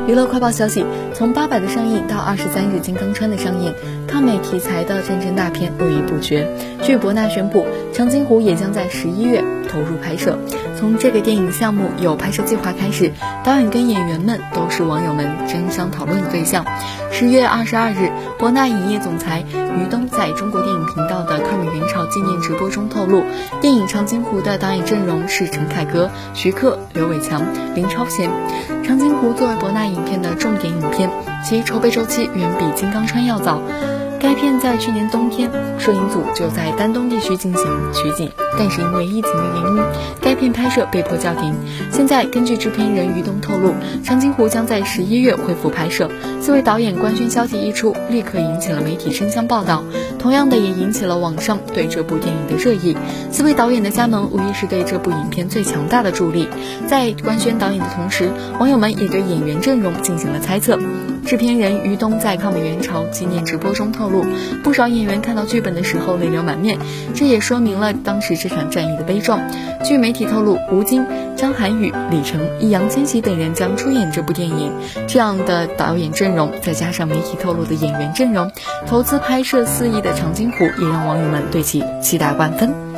娱乐快报消息，从800的上映到23日金刚川的上映，抗美题材的战争大片络绎不绝。据博纳宣布，长津湖也将在11月投入拍摄。从这个电影项目有拍摄计划开始，导演跟演员们都是网友们争相讨论的对象。10月22日，博纳影业总裁于东在中国电影频道的抗美援朝纪念直播中透露，电影《长津湖》的导演阵容是陈凯歌、徐克、刘伟强、林超贤。长津湖作为博纳影片的重点影片，其筹备周期远比金刚川要早。该片在去年冬天，摄影组就在丹东地区进行取景，但是因为疫情的原因，该片拍摄被迫叫停。现在根据制片人于东透露，长津湖将在11月恢复拍摄。4位导演官宣消息一出，立刻引起了媒体争相报道，同样的也引起了网上对这部电影的热议。4位导演的加盟无疑是对这部影片最强大的助力。在官宣导演的同时，网友们也对演员阵容进行了猜测。制片人于东在抗美援朝纪念直播中透露，不少演员看到剧本的时候泪流满面，这也说明了当时这场战役的悲壮。据媒体透露，吴京、张涵予、李成、易烊千玺等人将出演这部电影。这样的导演阵容，再加上媒体透露的演员阵容，投资拍摄4亿的长津湖，也让网友们对其期待万分。